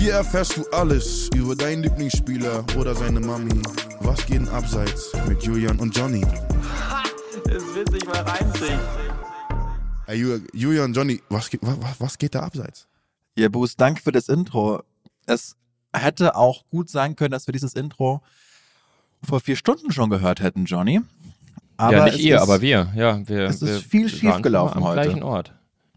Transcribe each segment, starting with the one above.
Hier erfährst du alles über deinen Lieblingsspieler oder seine Mami. Was geht denn abseits mit Julian und Johnny? Ha, das wird sich mal reinziehen. Hey Julian, Johnny, was geht da abseits? Ja, Bruce, danke für das Intro. Es hätte auch gut sein können, dass wir dieses Intro vor 4 Stunden schon gehört hätten, Johnny. Aber ja, nicht ihr, aber wir. Ja, es ist viel schief gelaufen am heute. Gleichen Ort.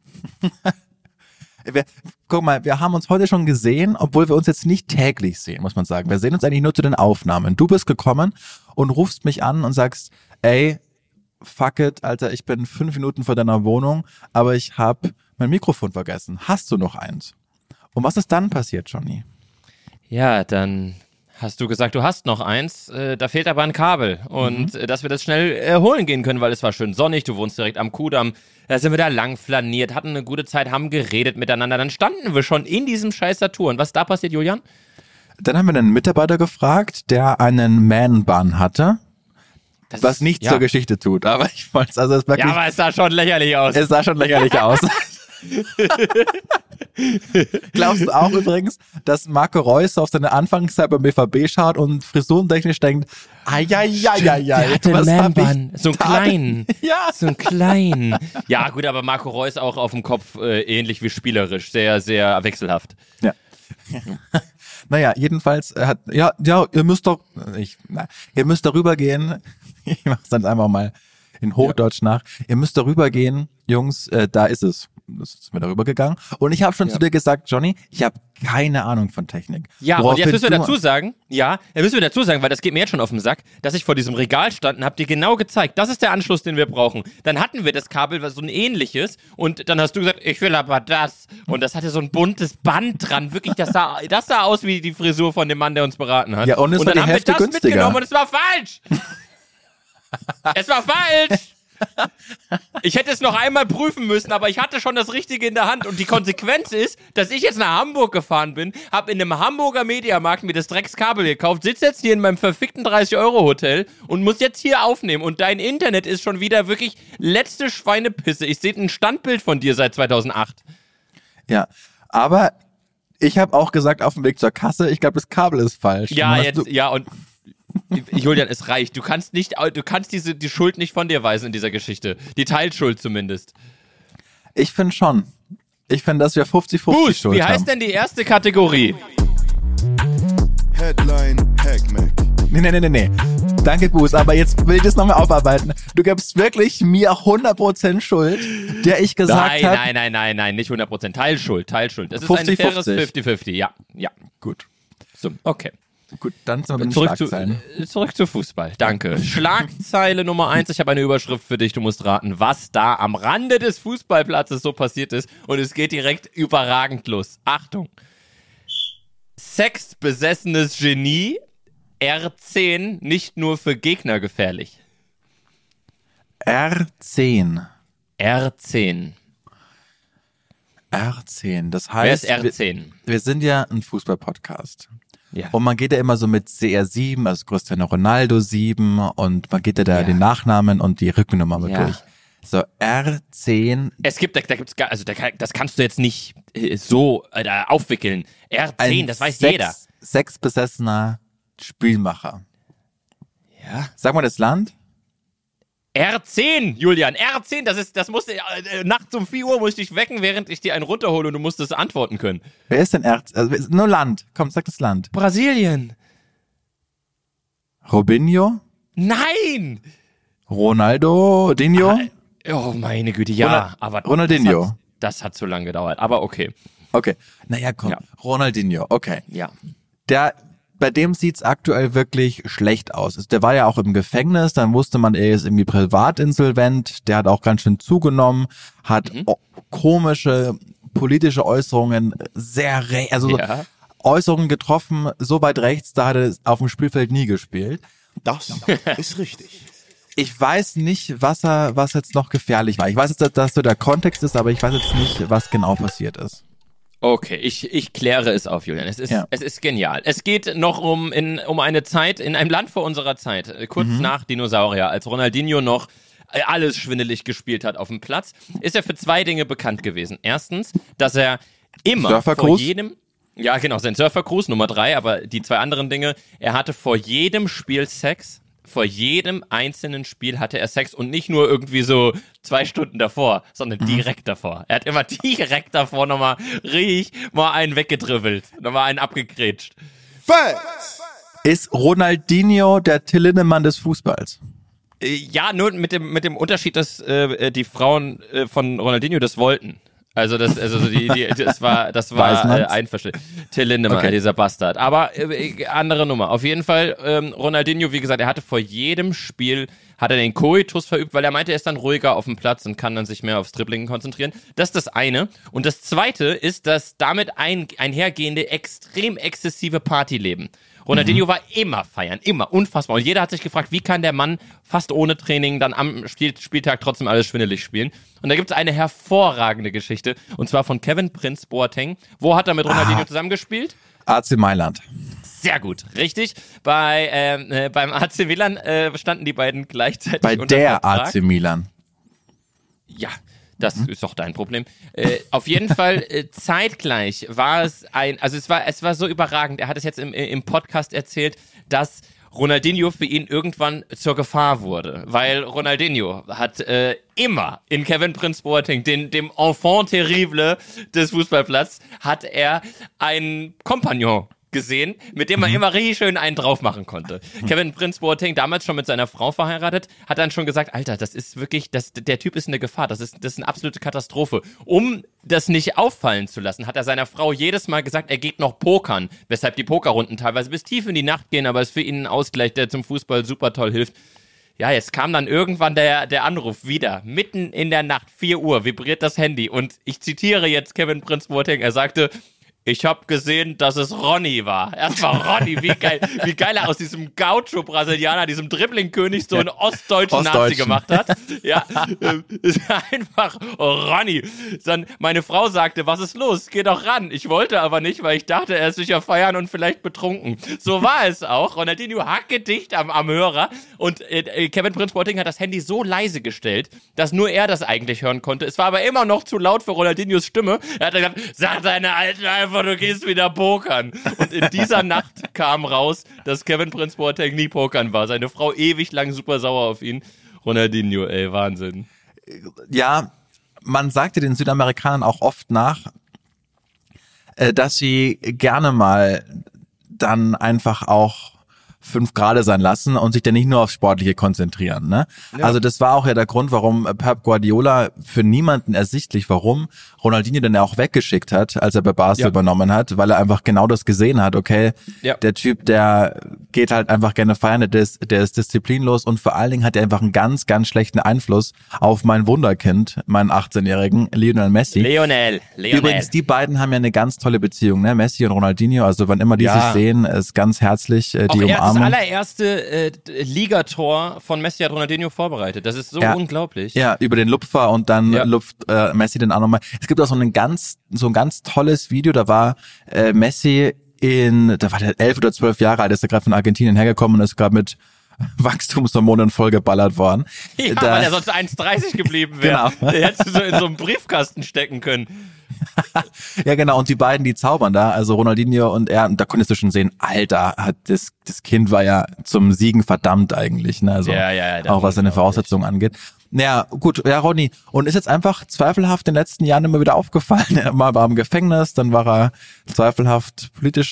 Guck mal, wir haben uns heute schon gesehen, obwohl wir uns jetzt nicht täglich sehen, muss man sagen. Wir sehen uns eigentlich nur zu den Aufnahmen. Du bist gekommen und rufst mich an und sagst, ey, fuck it, Alter, ich bin 5 Minuten vor deiner Wohnung, aber ich habe mein Mikrofon vergessen. Hast du noch eins? Und was ist dann passiert, Johnny? Ja, dann hast du gesagt, du hast noch eins, da fehlt aber ein Kabel und dass wir das schnell holen gehen können, weil es war schön sonnig, du wohnst direkt am Kudamm, da sind wir da lang flaniert, hatten eine gute Zeit, haben geredet miteinander, dann standen wir schon in diesem scheiß Saturn. Was ist da passiert, Julian? Dann haben wir einen Mitarbeiter gefragt, der einen Man-Bun hatte, was nichts zur Geschichte tut, aber ich wollte es, also es wirklich... Ja, aber es sah schon lächerlich aus. Es sah schon lächerlich aus. Glaubst du auch übrigens, dass Marco Reus auf seine Anfangszeit beim BVB schaut und frisurentechnisch denkt, der hatte einen Man-Bun, so einen kleinen, ja. so einen kleinen. Ja gut, aber Marco Reus auch auf dem Kopf ähnlich wie spielerisch, sehr, sehr wechselhaft. Ja. Naja, jedenfalls hat, ihr müsst darüber gehen, ich mach's dann einfach mal in Hochdeutsch nach, ihr müsst darüber gehen, Jungs, da ist es. Das ist mir darüber gegangen. Und ich habe schon zu dir gesagt, Johnny, ich habe keine Ahnung von Technik. Ja, und jetzt müssen wir dazu sagen, weil das geht mir jetzt schon auf den Sack, dass ich vor diesem Regal stand und hab dir genau gezeigt, das ist der Anschluss, den wir brauchen. Dann hatten wir das Kabel, was so ein ähnliches, und dann hast du gesagt, ich will aber das. Und das hatte so ein buntes Band dran, wirklich, das sah aus wie die Frisur von dem Mann, der uns beraten hat. Ja, und es war die Hälfte günstiger. Mitgenommen und es war falsch. Es war falsch. Ich hätte es noch einmal prüfen müssen, aber ich hatte schon das Richtige in der Hand. Und die Konsequenz ist, dass ich jetzt nach Hamburg gefahren bin, habe in einem Hamburger Mediamarkt mir das Dreckskabel gekauft, sitze jetzt hier in meinem verfickten 30-Euro-Hotel und muss jetzt hier aufnehmen. Und dein Internet ist schon wieder wirklich letzte Schweinepisse. Ich sehe ein Standbild von dir seit 2008. Ja, aber ich habe auch gesagt auf dem Weg zur Kasse, ich glaube, das Kabel ist falsch. Ja, und Julian, es reicht. Du kannst die Schuld nicht von dir weisen in dieser Geschichte. Die Teilschuld zumindest. Ich finde schon. Ich finde, dass wir 50-50 Boost, Schuld wie haben. heißt denn die erste Kategorie? Headline Hackmack. Nee. Danke, Boost, aber jetzt will ich das nochmal aufarbeiten. Du gibst wirklich mir 100% Schuld, der ich gesagt habe. Nein, nicht 100%. Teilschuld. Das ist 50, ein faires 50. 50-50, ja. Gut. So, okay. Gut, dann sind wir mit den Schlagzeilen. Zurück zu Fußball. Danke. Schlagzeile Nummer 1. Ich habe eine Überschrift für dich. Du musst raten, was da am Rande des Fußballplatzes so passiert ist. Und es geht direkt überragend los. Achtung. Sexbesessenes Genie. R10 nicht nur für Gegner gefährlich. R10. Das heißt, Wer ist R10? Wir sind ja ein Fußball-Podcast. Ja. Und man geht ja immer so mit CR7, also Cristiano Ronaldo 7 und man geht ja da den Nachnamen und die Rückennummer mit durch. So, R10. Das kannst du jetzt nicht so aufwickeln. R10, das weiß jeder. Sexbesessener Spielmacher. Ja. Sag mal das Land. R10, Julian, R10, das musste, nachts um 4 Uhr muss ich dich wecken, während ich dir einen runterhole und du musst es antworten können. Wer ist denn R10? Also, nur Land. Komm, sag das Land. Brasilien. Robinho? Nein! Ronaldinho? Oh, meine Güte, ja. Aber Ronaldinho. Das hat zu lange gedauert, aber okay. Okay. Naja, komm. Ja. Ronaldinho, okay. Ja. Bei dem sieht's aktuell wirklich schlecht aus. Der war ja auch im Gefängnis, dann wusste man, er ist irgendwie privatinsolvent, der hat auch ganz schön zugenommen, hat komische politische Äußerungen, Äußerungen getroffen, so weit rechts, da hat er auf dem Spielfeld nie gespielt. Das ist richtig. Ich weiß nicht, was jetzt noch gefährlich war. Ich weiß jetzt, dass so der Kontext ist, aber ich weiß jetzt nicht, was genau passiert ist. Okay, ich kläre es auf, Julian. Es ist genial. Es geht noch um eine Zeit, in einem Land vor unserer Zeit, kurz nach Dinosaurier, als Ronaldinho noch alles schwindelig gespielt hat auf dem Platz, ist er für 2 Dinge bekannt gewesen. Erstens, dass er immer vor jedem... Ja, genau, sein Surfer-Cruise Nummer 3, aber die 2 anderen Dinge, er hatte vor jedem Spiel Sex. Vor jedem einzelnen Spiel hatte er Sex und nicht nur irgendwie so 2 Stunden davor, sondern direkt davor. Er hat immer direkt davor nochmal mal einen weggedribbelt, nochmal einen abgegrätscht. Ist Ronaldinho der Till Lindemann des Fußballs? Ja, nur mit dem Unterschied, dass die Frauen von Ronaldinho das wollten. Das war einverständlich. Till Lindemann, okay. Dieser Bastard. Aber andere Nummer. Auf jeden Fall, Ronaldinho, wie gesagt, er hatte vor jedem Spiel den Koitus verübt, weil er meinte, er ist dann ruhiger auf dem Platz und kann dann sich mehr aufs Dribbling konzentrieren. Das ist das eine. Und das zweite ist das damit einhergehende extrem exzessive Partyleben. Ronaldinho war immer feiern, immer, unfassbar. Und jeder hat sich gefragt, wie kann der Mann fast ohne Training dann am Spieltag trotzdem alles schwindelig spielen? Und da gibt es eine hervorragende Geschichte, und zwar von Kevin Prince Boateng. Wo hat er mit Ronaldinho zusammengespielt? AC Mailand. Sehr gut, richtig. Beim AC Milan standen die beiden gleichzeitig unter Vertrag. Bei der AC Milan. Ja. Das ist doch dein Problem. Auf jeden Fall zeitgleich war es es war so überragend. Er hat es jetzt im Podcast erzählt, dass Ronaldinho für ihn irgendwann zur Gefahr wurde, weil Ronaldinho hat immer in Kevin Prince Boateng, dem Enfant terrible des Fußballplatzes, hat er einen Kompagnon gesehen, mit dem man immer richtig schön einen drauf machen konnte. Kevin Prince Boateng, damals schon mit seiner Frau verheiratet, hat dann schon gesagt, Alter, das ist wirklich, der Typ ist eine Gefahr, das ist eine absolute Katastrophe. Um das nicht auffallen zu lassen, hat er seiner Frau jedes Mal gesagt, er geht noch pokern, weshalb die Pokerrunden teilweise bis tief in die Nacht gehen, aber es ist für ihn ein Ausgleich, der zum Fußball super toll hilft. Ja, jetzt kam dann irgendwann der Anruf wieder. Mitten in der Nacht, 4 Uhr, vibriert das Handy und ich zitiere jetzt Kevin Prince Boateng, er sagte, ich habe gesehen, dass es Ronny war. Erstmal Ronny, wie geil er aus diesem Gaucho-Brasilianer, diesem Dribbling-König so einen ostdeutschen Nazi gemacht hat. Ja, ist einfach Ronny. Dann meine Frau sagte, was ist los? Geh doch ran. Ich wollte aber nicht, weil ich dachte, er ist sicher feiern und vielleicht betrunken. So war es auch. Ronaldinho hackedicht am Hörer und Kevin Prince Boateng hat das Handy so leise gestellt, dass nur er das eigentlich hören konnte. Es war aber immer noch zu laut für Ronaldinhos Stimme. Er hat gesagt, sag deine Alten einfach, du gehst wieder pokern. Und in dieser Nacht kam raus, dass Kevin Prince Boateng nie pokern war. Seine Frau ewig lang super sauer auf ihn. Ronaldinho, ey, Wahnsinn. Ja, man sagte den Südamerikanern auch oft nach, dass sie gerne mal dann einfach auch 5 Grade sein lassen und sich dann nicht nur aufs Sportliche konzentrieren, ne? Ja. Also das war auch ja der Grund, warum Pep Guardiola für niemanden ersichtlich, warum Ronaldinho dann ja auch weggeschickt hat, als er bei Barca übernommen hat, weil er einfach genau das gesehen hat, okay, der Typ, der geht halt einfach gerne feiern, der ist disziplinlos und vor allen Dingen hat er einfach einen ganz, ganz schlechten Einfluss auf mein Wunderkind, meinen 18-jährigen Lionel Messi. Lionel. Übrigens, die beiden haben ja eine ganz tolle Beziehung, ne? Messi und Ronaldinho, also wann immer die sich sehen, ist ganz herzlich, die umarmen. Das allererste Ligator von Messi hat Ronaldinho vorbereitet. Das ist so unglaublich. Ja, über den Lupfer und dann lupft Messi den auch nochmal. Es gibt auch so ein ganz tolles Video, da war Messi da war der 11 oder 12 Jahre alt, ist er gerade von Argentinien hergekommen und ist gerade mit Wachstumshormonen vollgeballert worden. Ja, weil er sonst 1,30 geblieben wäre. Genau. Der hätte so in so einem Briefkasten stecken können. Ja, genau. Und die beiden, die zaubern da, also Ronaldinho und er, und da konntest du schon sehen, Alter, das Kind war ja zum Siegen verdammt eigentlich, ne? Also auch was seine Voraussetzungen angeht. Naja, gut, ja, Ronny. Und ist jetzt einfach zweifelhaft in den letzten Jahren immer wieder aufgefallen. Er war im Gefängnis, dann war er zweifelhaft politisch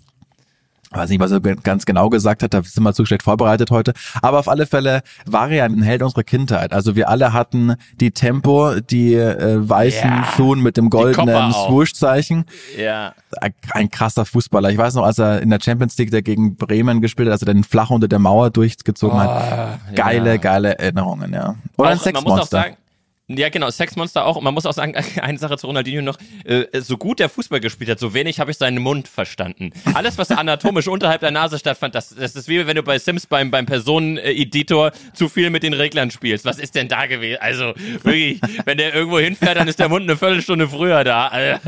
ich weiß nicht, was er ganz genau gesagt hat, da sind wir zu schlecht vorbereitet heute. Aber auf alle Fälle war er ein Held unserer Kindheit. Also wir alle hatten die Tempo, die weißen Schuhe mit dem goldenen Swoosh-Zeichen. Ja. Ein krasser Fußballer. Ich weiß noch, als er in der Champions League gegen Bremen gespielt hat, als er den flach unter der Mauer durchgezogen hat. Geile Erinnerungen, ja. Oder ein Sexmonster. Ja, genau, Sexmonster auch. Und man muss auch sagen, eine Sache zu Ronaldinho noch, so gut der Fußball gespielt hat, so wenig habe ich seinen Mund verstanden. Alles, was anatomisch unterhalb der Nase stattfand, das ist wie wenn du bei Sims beim Personeneditor zu viel mit den Reglern spielst. Was ist denn da gewesen? Also wirklich, wenn der irgendwo hinfährt, dann ist der Mund eine Viertelstunde früher da. Also,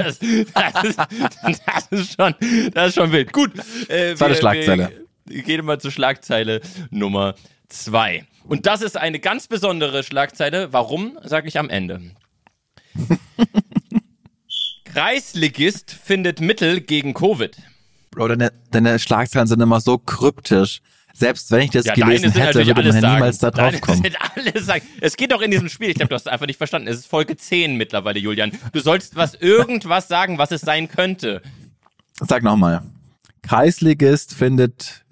das ist schon wild. Gut. Zweite Schlagzeile. Wir gehen mal zur Schlagzeile Nummer 2. Und das ist eine ganz besondere Schlagzeile. Warum, sage ich am Ende. Kreisligist findet Mittel gegen Covid. Bro, deine Schlagzeilen sind immer so kryptisch. Selbst wenn ich das gelesen hätte, natürlich würde man alles niemals da drauf kommen. Alles sagen. Es geht doch in diesem Spiel, ich glaube, du hast es einfach nicht verstanden. Es ist Folge 10 mittlerweile, Julian. Du sollst irgendwas sagen, was es sein könnte. Sag nochmal. Kreisligist findet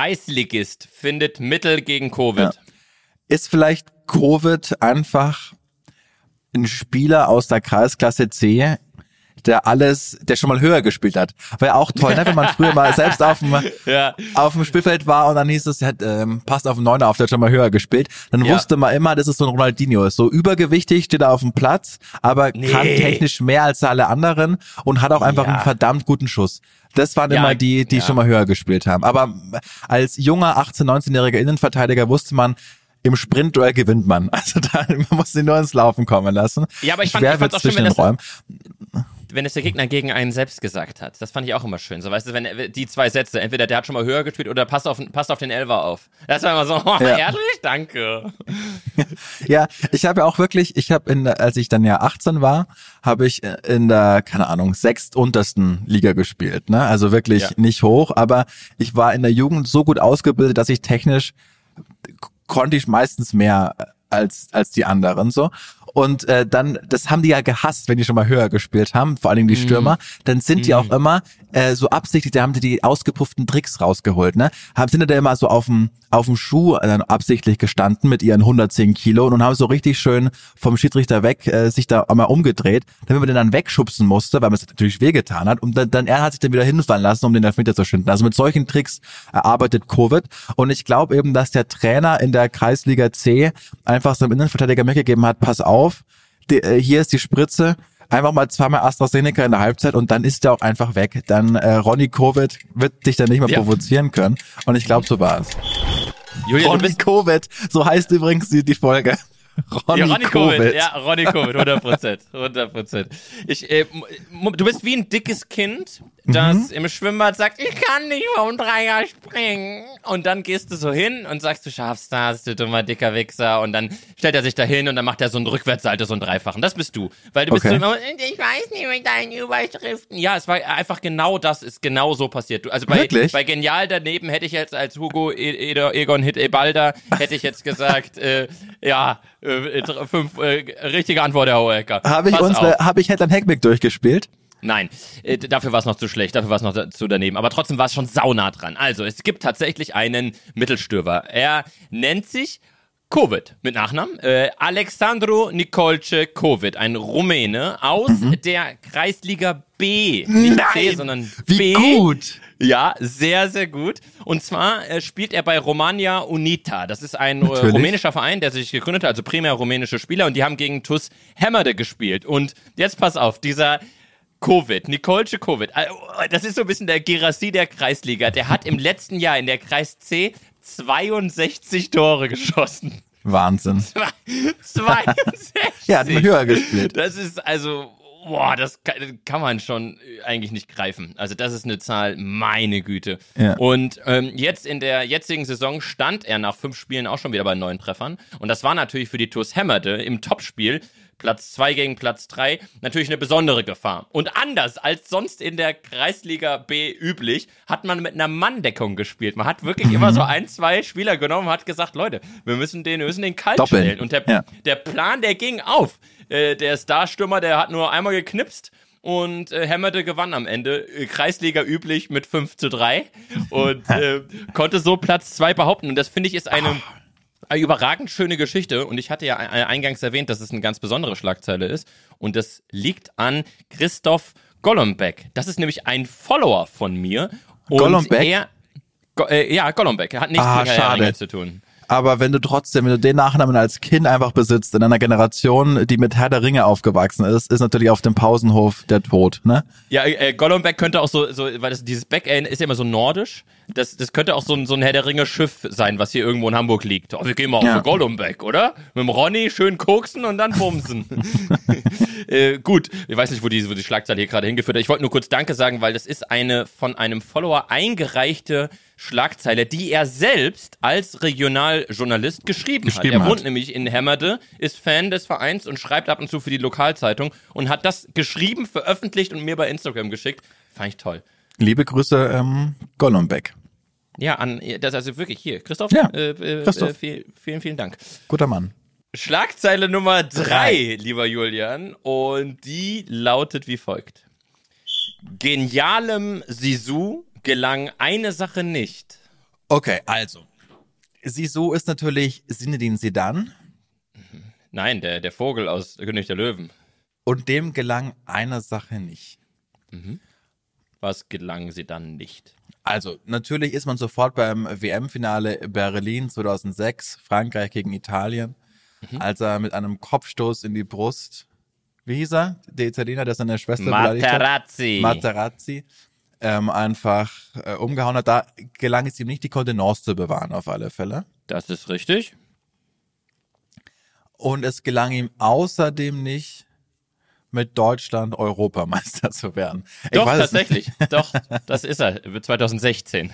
Mittel gegen Covid. Ja. Ist vielleicht Covid einfach ein Spieler aus der Kreisklasse C, der schon mal höher gespielt hat. War ja auch toll, ne? Wenn man früher mal selbst auf dem Spielfeld war und dann hieß es, passt auf den Neuner auf, der hat schon mal höher gespielt. Dann wusste man immer, das ist so ein Ronaldinho. Ist so übergewichtig, steht er auf dem Platz, aber kann technisch mehr als alle anderen und hat auch einfach einen verdammt guten Schuss. Das waren immer die schon mal höher gespielt haben. Aber als junger 18-, 19-jähriger Innenverteidiger wusste man, im Sprintduell gewinnt man. Also man muss sie nur ins Laufen kommen lassen. Ja, aber ich fand auch schön, wenn es der Gegner gegen einen selbst gesagt hat. Das fand ich auch immer schön. So, weißt du, wenn die zwei Sätze, entweder der hat schon mal höher gespielt oder passt auf den Elfer auf. Das war immer so, ehrlich, danke. Ja, ich habe ja auch wirklich, als ich dann ja 18 war, habe ich in der, keine Ahnung, 6. untersten Liga gespielt, ne? Also wirklich nicht hoch, aber ich war in der Jugend so gut ausgebildet, dass ich technisch konnte ich meistens mehr als die anderen so. Und dann, das haben die ja gehasst, wenn die schon mal höher gespielt haben, vor allem die Stürmer, dann sind die auch immer so absichtlich, da haben die ausgepufften Tricks rausgeholt, ne? Sind da immer so auf dem Schuh absichtlich gestanden mit ihren 110 Kilo und haben so richtig schön vom Schiedsrichter weg sich da einmal umgedreht, damit man den dann wegschubsen musste, weil man es natürlich wehgetan hat und dann er hat sich dann wieder hinfallen lassen, um den Elfmeter zu schinden. Also mit solchen Tricks arbeitet Covid und ich glaube eben, dass der Trainer in der Kreisliga C einfach seinem Innenverteidiger mitgegeben hat, pass auf, hier ist die Spritze, einfach mal 2-mal AstraZeneca in der Halbzeit und dann ist der auch einfach weg. Dann Ronny Covid wird dich dann nicht mehr provozieren können. Und ich glaube, so war es. Julian, Ronny Covid, so heißt übrigens die Folge. Ronny Covid. Ja, Ronny Covid, 100%. Du bist wie ein dickes Kind, das im Schwimmbad sagt, ich kann nicht vom Dreier springen. Und dann gehst du so hin und sagst, du schaffst das, du dummer dicker Wichser. Und dann stellt er sich da hin und dann macht er so einen Rückwärtssalto, so einen Dreifachen. Das bist du. Weil du bist so immer, ich weiß nicht mit deinen Überschriften. Ja, es war einfach genau das, ist genau so passiert. Also bei Genial daneben hätte ich jetzt als Hugo Egon Hit Ebalda, hätte ich jetzt gesagt, 5 richtige Antwort, Herr Hohecker. Habe ich Hedland Heckbeck durchgespielt? Nein, dafür war es noch zu schlecht, dafür war es noch zu daneben. Aber trotzdem war es schon saunah dran. Also, es gibt tatsächlich einen Mittelstürmer. Er nennt sich Covid mit Nachnamen. Alexandru Nicolae Covid, ein Rumäne aus der Kreisliga B. Nicht C, sondern B. Wie gut! Ja, sehr, sehr gut. Und zwar spielt er bei Romania Unita. Das ist ein rumänischer Verein, der sich gegründet hat, also primär rumänische Spieler. Und die haben gegen TuS Hemmerde gespielt. Und jetzt pass auf, dieser Nicolae Covid, das ist so ein bisschen der Girassi der Kreisliga. Der hat im letzten Jahr in der Kreis C 62 Tore geschossen. Wahnsinn. 62? Ja, hat man höher gespielt. Das ist also, das kann man schon eigentlich nicht greifen. Also das ist eine Zahl, meine Güte. Ja. Und jetzt in der jetzigen Saison stand er nach 5 Spielen auch schon wieder bei 9 Treffern. Und das war natürlich für die TuS Hemmerde im Topspiel Platz 2 gegen Platz 3 natürlich eine besondere Gefahr. Und anders als sonst in der Kreisliga B üblich, hat man mit einer Manndeckung gespielt. Man hat wirklich immer so 1, 2 Spieler genommen und hat gesagt, Leute, wir müssen den kalt stellen. Und der Plan, der ging auf. Der Starstürmer, der hat nur einmal geknipst und Hemmerde gewann am Ende. Kreisliga üblich mit 5:3 und konnte so Platz 2 behaupten. Und das finde ich ist eine überragend schöne Geschichte und ich hatte ja eingangs erwähnt, dass es eine ganz besondere Schlagzeile ist und das liegt an Christoph Golombek. Das ist nämlich ein Follower von mir. Golombek? Golombek. Er hat nichts mit Herr Ringe zu tun. Aber wenn du den Nachnamen als Kind einfach besitzt, in einer Generation, die mit Herr der Ringe aufgewachsen ist natürlich auf dem Pausenhof der Tod, ne? Ja, Golombek könnte auch so weil dieses Beck ist ja immer so nordisch, Das könnte auch so ein Herr der Ringe Schiff sein, was hier irgendwo in Hamburg liegt. Oh, wir gehen mal auf den Gollumbeck, oder? Mit dem Ronny schön koksen und dann bumsen. Gut, ich weiß nicht, wo die Schlagzeile hier gerade hingeführt hat. Ich wollte nur kurz Danke sagen, weil das ist eine von einem Follower eingereichte Schlagzeile, die er selbst als Regionaljournalist geschrieben hat. Er wohnt nämlich in Hemmerde, ist Fan des Vereins und schreibt ab und zu für die Lokalzeitung und hat das geschrieben, veröffentlicht und mir bei Instagram geschickt. Fand ich toll. Liebe Grüße, Gollumbeck. Ja, das also wirklich hier. Christoph, Christoph. Vielen, vielen Dank. Guter Mann. Schlagzeile Nummer 3, lieber Julian, und die lautet wie folgt. Genialem Sisu gelang eine Sache nicht. Okay, also. Sisu ist natürlich Zinedine Zidane. Nein, der Vogel aus König der Löwen. Und dem gelang eine Sache nicht. Was gelang sie dann nicht? Also, natürlich ist man sofort beim WM-Finale Berlin 2006, Frankreich gegen Italien, als er mit einem Kopfstoß in die Brust, wie hieß er? Der Italiener, der seine Schwester beleidigt hat? Materazzi. Einfach umgehauen hat. Da gelang es ihm nicht, die Kontenance zu bewahren, auf alle Fälle. Das ist richtig. Und es gelang ihm außerdem nicht, mit Deutschland Europameister zu werden. Doch, tatsächlich. Doch, das ist er. 2016.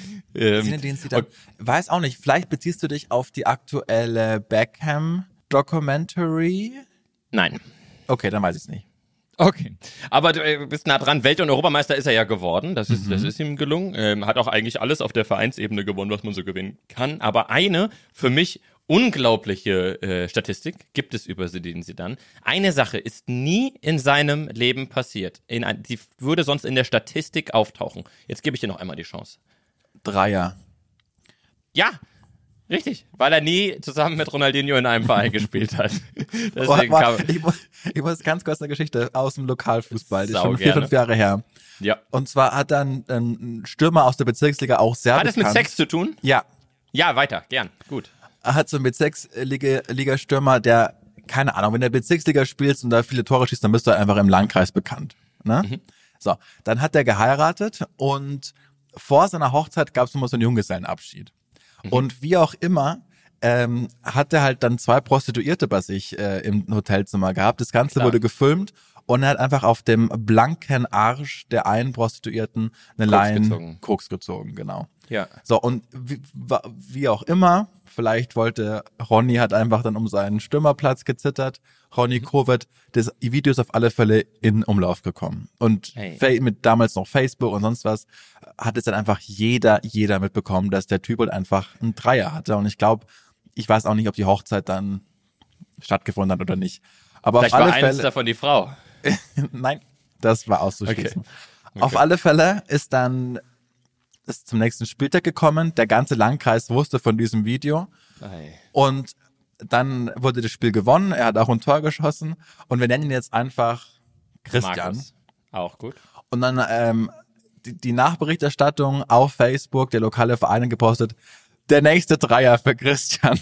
Weiß auch nicht, vielleicht beziehst du dich auf die aktuelle Beckham-Documentary? Nein. Okay, dann weiß ich es nicht. Okay, aber du bist nah dran. Welt- und Europameister ist er ja geworden. Das ist ihm gelungen. Hat auch eigentlich alles auf der Vereinsebene gewonnen, was man so gewinnen kann. Aber eine für mich unglaubliche Statistik gibt es über Zinedine Zidane. Eine Sache ist nie in seinem Leben passiert. Die würde sonst in der Statistik auftauchen. Jetzt gebe ich dir noch einmal die Chance. Dreier. Ja, richtig, weil er nie zusammen mit Ronaldinho in einem Verein gespielt hat. Deswegen ich muss ganz kurz eine Geschichte aus dem Lokalfußball, die ist schon gerne. 4-5 Jahre her. Ja. Und zwar hat dann ein Stürmer aus der Bezirksliga auch sehr Hat es mit Sex zu tun? Ja. Ja, weiter, gern, gut. Er hat so einen Bezirksliga-Stürmer, der, keine Ahnung, wenn der Bezirksliga spielst und da viele Tore schießt, dann bist du einfach im Landkreis bekannt. Ne? So, dann hat er geheiratet und vor seiner Hochzeit gab es immer so einen Junggesellenabschied. Und wie auch immer, hat er halt dann 2 Prostituierte bei sich im Hotelzimmer gehabt. Das Ganze wurde gefilmt und er hat einfach auf dem blanken Arsch der einen Prostituierten eine Koks gezogen, genau. Ja. So, und wie auch immer, vielleicht Ronny hat einfach dann um seinen Stürmerplatz gezittert. Ronny Kovac, das Video ist auf alle Fälle in Umlauf gekommen. Und mit damals noch Facebook und sonst was, hat es dann einfach jeder mitbekommen, dass der Typ halt einfach einen Dreier hatte. Und ich weiß auch nicht, ob die Hochzeit dann stattgefunden hat oder nicht. Aber vielleicht auf alle war Fälle, eins davon die Frau. Nein, das war auszuschließen. Okay. Auf alle Fälle ist zum nächsten Spieltag gekommen. Der ganze Landkreis wusste von diesem Video. Und dann wurde das Spiel gewonnen. Er hat auch ein Tor geschossen. Und wir nennen ihn jetzt einfach Christian. Markus. Auch gut. Und dann die Nachberichterstattung auf Facebook, der lokale Verein gepostet, der nächste Dreier für Christian.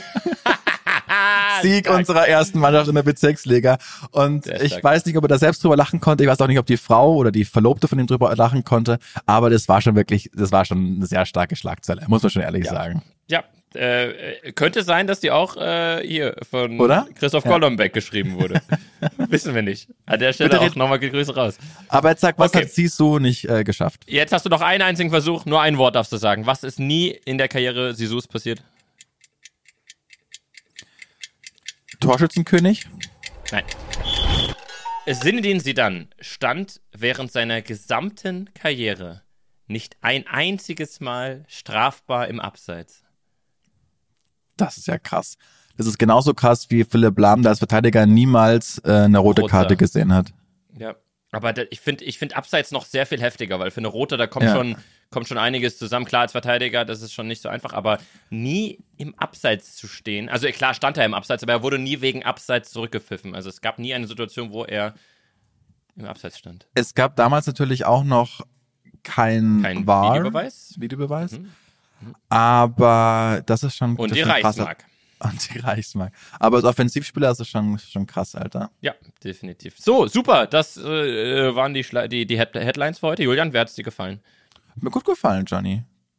Sieg unserer ersten Mannschaft in der Bezirksliga. Und ich weiß nicht, ob er da selbst drüber lachen konnte. Ich weiß auch nicht, ob die Frau oder die Verlobte von ihm drüber lachen konnte. Aber das war schon eine sehr starke Schlagzeile, muss man schon ehrlich sagen. Ja, könnte sein, dass die auch hier von Christoph Gollumbeck geschrieben wurde. Wissen wir nicht. An der Stelle auch nochmal Grüße raus. Aber jetzt sag, was hat Sisu nicht geschafft? Jetzt hast du noch einen einzigen Versuch, nur ein Wort darfst du sagen. Was ist nie in der Karriere Sisus passiert? Torschützenkönig? Nein. Zinedine Zidane stand während seiner gesamten Karriere nicht ein einziges Mal strafbar im Abseits. Das ist ja krass. Das ist genauso krass, wie Philipp Lahm, der als Verteidiger niemals eine rote Karte gesehen hat. Ja, aber ich find Abseits noch sehr viel heftiger, weil für eine rote, da kommt schon einiges zusammen. Klar, als Verteidiger, das ist schon nicht so einfach, aber nie im Abseits zu stehen. Also klar stand er im Abseits, aber er wurde nie wegen Abseits zurückgepfiffen. Also es gab nie eine Situation, wo er im Abseits stand. Es gab damals natürlich auch noch kein Videobeweis. Aber das ist schon Und die Reichsmark. Und die Reichsmark. Aber als Offensivspieler ist es schon krass, Alter. Ja, definitiv. So, super. Das waren die Headlines für heute. Julian, wer hat es dir gefallen? Hat mir gut gefallen, Johnny.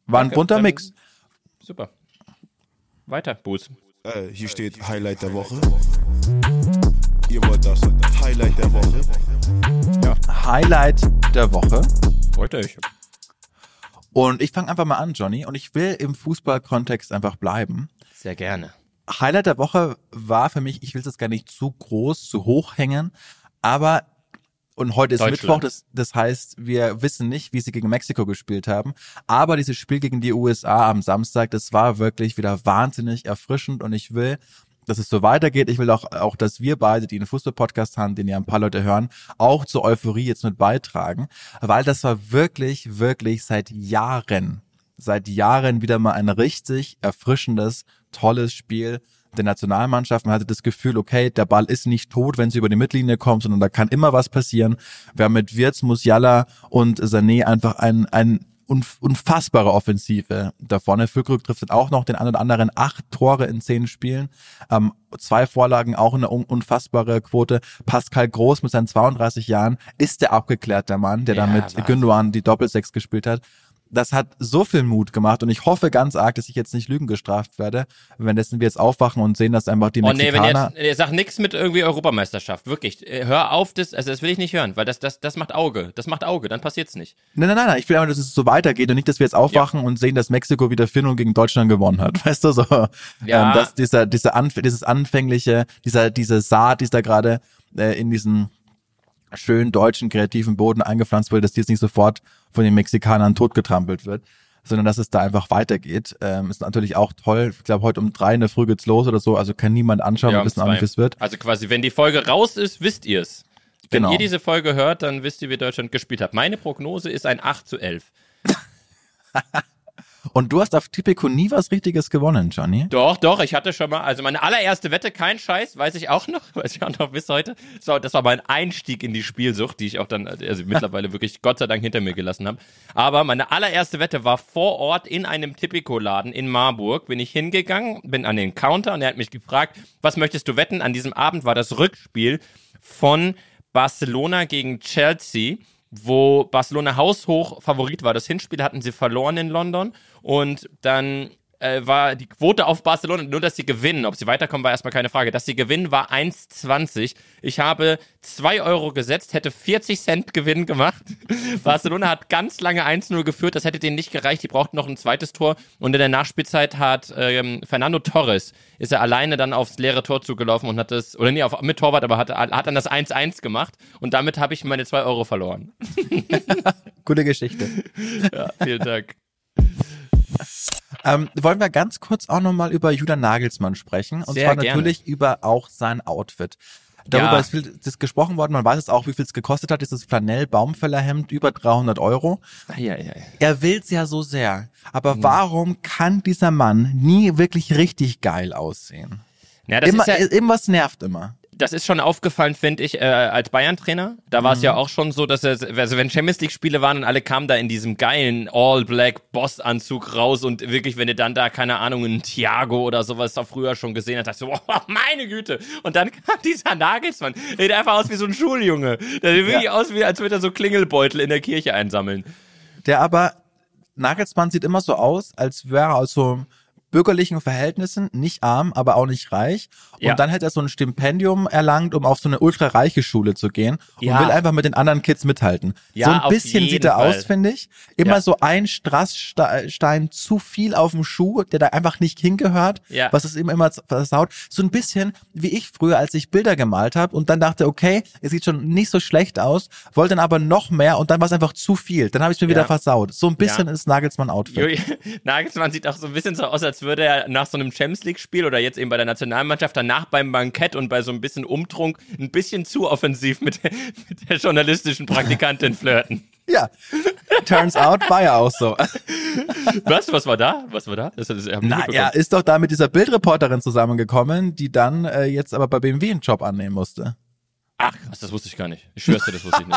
War ein Danke, bunter dann- Mix. Super. Weiter, Buß. Hier steht Highlight der Woche. Ihr wollt das Highlight der Woche. Highlight der Woche. Freut euch. Und ich fange einfach mal an, Johnny. Und ich will im Fußballkontext einfach bleiben. Sehr gerne. Highlight der Woche war für mich, ich will es jetzt gar nicht zu groß, zu hoch hängen, aber und heute ist Deutschland. Mittwoch, das heißt, wir wissen nicht, wie sie gegen Mexiko gespielt haben, aber dieses Spiel gegen die USA am Samstag, das war wirklich wieder wahnsinnig erfrischend und ich will, dass es so weitergeht. Ich will auch, dass wir beide, die einen Fußball-Podcast haben, den ja ein paar Leute hören, auch zur Euphorie jetzt mit beitragen, weil das war wirklich, wirklich seit Jahren wieder mal ein richtig erfrischendes, tolles Spiel der Nationalmannschaft. Man hatte das Gefühl, okay, der Ball ist nicht tot, wenn sie über die Mittellinie kommt, sondern da kann immer was passieren. Wir haben mit Wirtz, Musiala und Sané einfach ein unfassbare Offensive da vorne. Füllkrug trifft dann auch noch den einen oder anderen 8 Tore in 10 Spielen. 2 Vorlagen, auch eine unfassbare Quote. Pascal Groß mit seinen 32 Jahren ist der abgeklärte Mann, der Ja, da mit Wahnsinn. Gündoğan die Doppelsechs gespielt hat. Das hat so viel Mut gemacht und ich hoffe ganz arg, dass ich jetzt nicht Lügen gestraft werde, wenn wir jetzt aufwachen und sehen, dass einfach die Oh nee, Mexikaner... sag nix mit irgendwie Europameisterschaft, wirklich. Hör auf, das will ich nicht hören, weil das macht Auge. Das macht Auge, dann passiert's nicht. Nein, ich will einfach, dass es so weitergeht und nicht, dass wir jetzt aufwachen und sehen, dass Mexiko wieder 4-0 gegen Deutschland gewonnen hat. Weißt du, so. Ja. Dieses anfängliche, diese Saat, die da gerade in diesen schönen deutschen kreativen Boden eingepflanzt wurde, dass die jetzt nicht sofort von den Mexikanern totgetrampelt wird, sondern dass es da einfach weitergeht. Ist natürlich auch toll. Ich glaube, heute um 3 in der Früh geht's los oder so, also kann niemand anschauen, wir wissen auch nicht, wie es wird. Also quasi, wenn die Folge raus ist, wisst ihr's. Wenn Genau. ihr diese Folge hört, dann wisst ihr, wie Deutschland gespielt hat. Meine Prognose ist ein 8:11. Und du hast auf Tipico nie was Richtiges gewonnen, Johnny. Doch, ich hatte schon mal, also meine allererste Wette, kein Scheiß, weiß ich auch noch bis heute. So, das war mein Einstieg in die Spielsucht, die ich auch dann, also mittlerweile wirklich Gott sei Dank hinter mir gelassen habe. Aber meine allererste Wette war vor Ort in einem Tipico-Laden in Marburg. Bin ich hingegangen, bin an den Counter und er hat mich gefragt, was möchtest du wetten? An diesem Abend war das Rückspiel von Barcelona gegen Chelsea, wo Barcelona haushoch Favorit war. Das Hinspiel hatten sie verloren in London und dann war die Quote auf Barcelona, nur dass sie gewinnen, ob sie weiterkommen, war erstmal keine Frage. Dass sie gewinnen, war 1,20. Ich habe 2 Euro gesetzt, hätte 40 Cent Gewinn gemacht. Barcelona hat ganz lange 1-0 geführt, das hätte denen nicht gereicht, die brauchten noch ein zweites Tor und in der Nachspielzeit hat Fernando Torres, ist er alleine dann aufs leere Tor zugelaufen und hat das, oder nee, mit Torwart, aber hat dann das 1-1 gemacht und damit habe ich meine 2 Euro verloren. Gute Geschichte. Ja, vielen Dank. Wollen wir ganz kurz auch nochmal über Julian Nagelsmann sprechen. Und Sehr zwar gerne. natürlich über auch sein Outfit. Darüber Ja. ist viel gesprochen worden. Man weiß es auch, wie viel es gekostet hat. Dieses Flanell-Baumfällerhemd, über 300 Euro. Ja. Er will's ja so sehr. Aber warum kann dieser Mann nie wirklich richtig geil aussehen? Ja, das Immer, ist ja, irgendwas nervt immer. das ist schon aufgefallen, finde ich, als Bayern-Trainer. Da war es ja auch schon so, dass also wenn Champions League-Spiele waren und alle kamen da in diesem geilen All-Black-Boss-Anzug raus und wirklich, wenn du dann da, keine Ahnung, einen Thiago oder sowas da früher schon gesehen hast, dachtest du, oh, meine Güte. Und dann kam dieser Nagelsmann, der sieht einfach aus wie so ein Schuljunge. Der sieht wirklich aus, als würde er so Klingelbeutel in der Kirche einsammeln. Nagelsmann sieht immer so aus, als wäre er aus so bürgerlichen Verhältnissen, nicht arm, aber auch nicht reich. Und Ja. dann hätte er so ein Stipendium erlangt, um auf so eine ultrareiche Schule zu gehen und Ja. will einfach mit den anderen Kids mithalten. Ja, so ein auf bisschen jeden sieht er Fall. aus, finde ich. Immer Ja. so ein Strassstein zu viel auf dem Schuh, der da einfach nicht hingehört, Ja. was es ihm immer versaut. So ein bisschen wie ich früher, als ich Bilder gemalt habe und dann dachte, okay, es sieht schon nicht so schlecht aus, wollte dann aber noch mehr und dann war es einfach zu viel. Dann habe ich es mir wieder versaut. So ein bisschen ist Nagelsmann-Outfit. Nagelsmann sieht auch so ein bisschen so aus, als würde er nach so einem Champions League-Spiel oder jetzt eben bei der Nationalmannschaft danach beim Bankett und bei so ein bisschen Umtrunk ein bisschen zu offensiv mit der journalistischen Praktikantin flirten. Ja, turns out war ja auch so. Was war da? Das hab ich nicht Na, mitbekommen. er ist doch da mit dieser Bildreporterin zusammengekommen, die dann jetzt aber bei BMW einen Job annehmen musste. Ach, krass, das wusste ich gar nicht. Ich schwör's dir, das wusste ich nicht.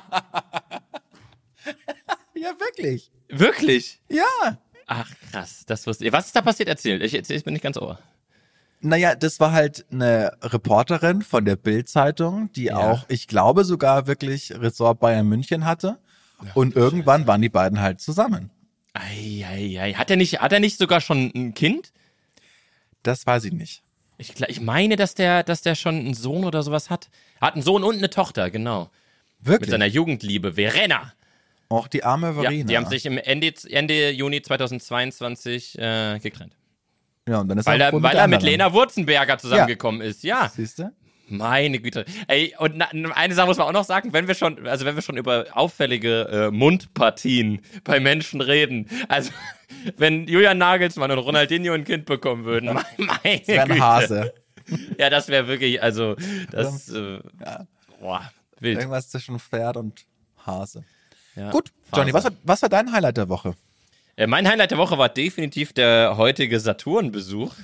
Ja, wirklich. Wirklich? Ja. Ach, krass, das wusste ich. Was ist da passiert? Erzähl. Ich bin nicht ganz ohr. Naja, das war halt eine Reporterin von der Bild-Zeitung, die auch, ich glaube sogar wirklich Ressort Bayern München hatte. Und irgendwann waren die beiden halt zusammen. Hat er nicht sogar schon ein Kind? Das weiß ich nicht. Ich meine, dass der schon einen Sohn oder sowas hat. Er hat einen Sohn und eine Tochter, genau. Wirklich? Mit seiner Jugendliebe, Verena. Auch die arme Verena. Ja, die haben sich im Ende Juni 2022 getrennt. Ja, und dann ist Weil er mit Lena Wurzenberger zusammengekommen ist, ja. Siehst du? Meine Güte. Ey, und eine Sache muss man auch noch sagen, wenn wir schon über auffällige Mundpartien bei Menschen reden, also wenn Julian Nagelsmann und Ronaldinho ein Kind bekommen würden, meine Güte. Das wäre ein Hase. Ja, das wäre wirklich, also, wild. Irgendwas zwischen Pferd und Hase. Ja, Gut, Johnny, was war dein Highlight der Woche? Mein Highlight der Woche war definitiv der heutige Saturn-Besuch.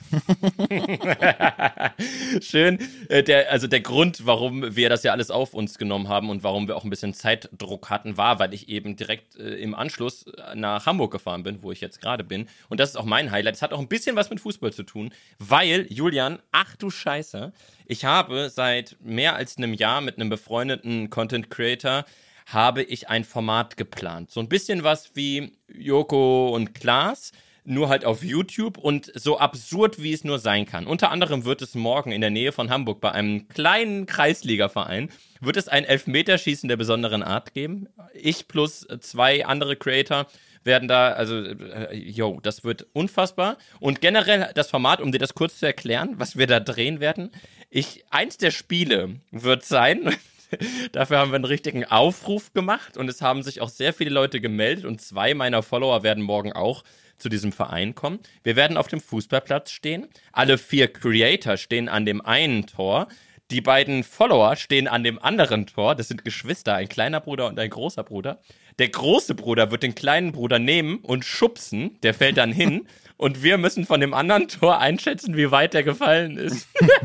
Schön. Der Grund, warum wir das ja alles auf uns genommen haben und warum wir auch ein bisschen Zeitdruck hatten, war, weil ich eben direkt im Anschluss nach Hamburg gefahren bin, wo ich jetzt gerade bin. Und das ist auch mein Highlight. Es hat auch ein bisschen was mit Fußball zu tun, weil, Julian, ach du Scheiße, ich habe seit mehr als einem Jahr mit einem befreundeten Content Creator habe ich ein Format geplant. So ein bisschen was wie Joko und Klaas, nur halt auf YouTube und so absurd, wie es nur sein kann. Unter anderem wird es morgen in der Nähe von Hamburg bei einem kleinen Kreisligaverein, wird es ein Elfmeterschießen der besonderen Art geben. Ich plus 2 andere Creator werden da, also, das wird unfassbar. Und generell das Format, um dir das kurz zu erklären, was wir da drehen werden, eins der Spiele wird sein... Dafür haben wir einen richtigen Aufruf gemacht und es haben sich auch sehr viele Leute gemeldet und 2 meiner Follower werden morgen auch zu diesem Verein kommen. Wir werden auf dem Fußballplatz stehen. Alle 4 Creator stehen an dem einen Tor. Die beiden Follower stehen an dem anderen Tor. Das sind Geschwister, ein kleiner Bruder und ein großer Bruder. Der große Bruder wird den kleinen Bruder nehmen und schubsen. Der fällt dann hin und wir müssen von dem anderen Tor einschätzen, wie weit der gefallen ist.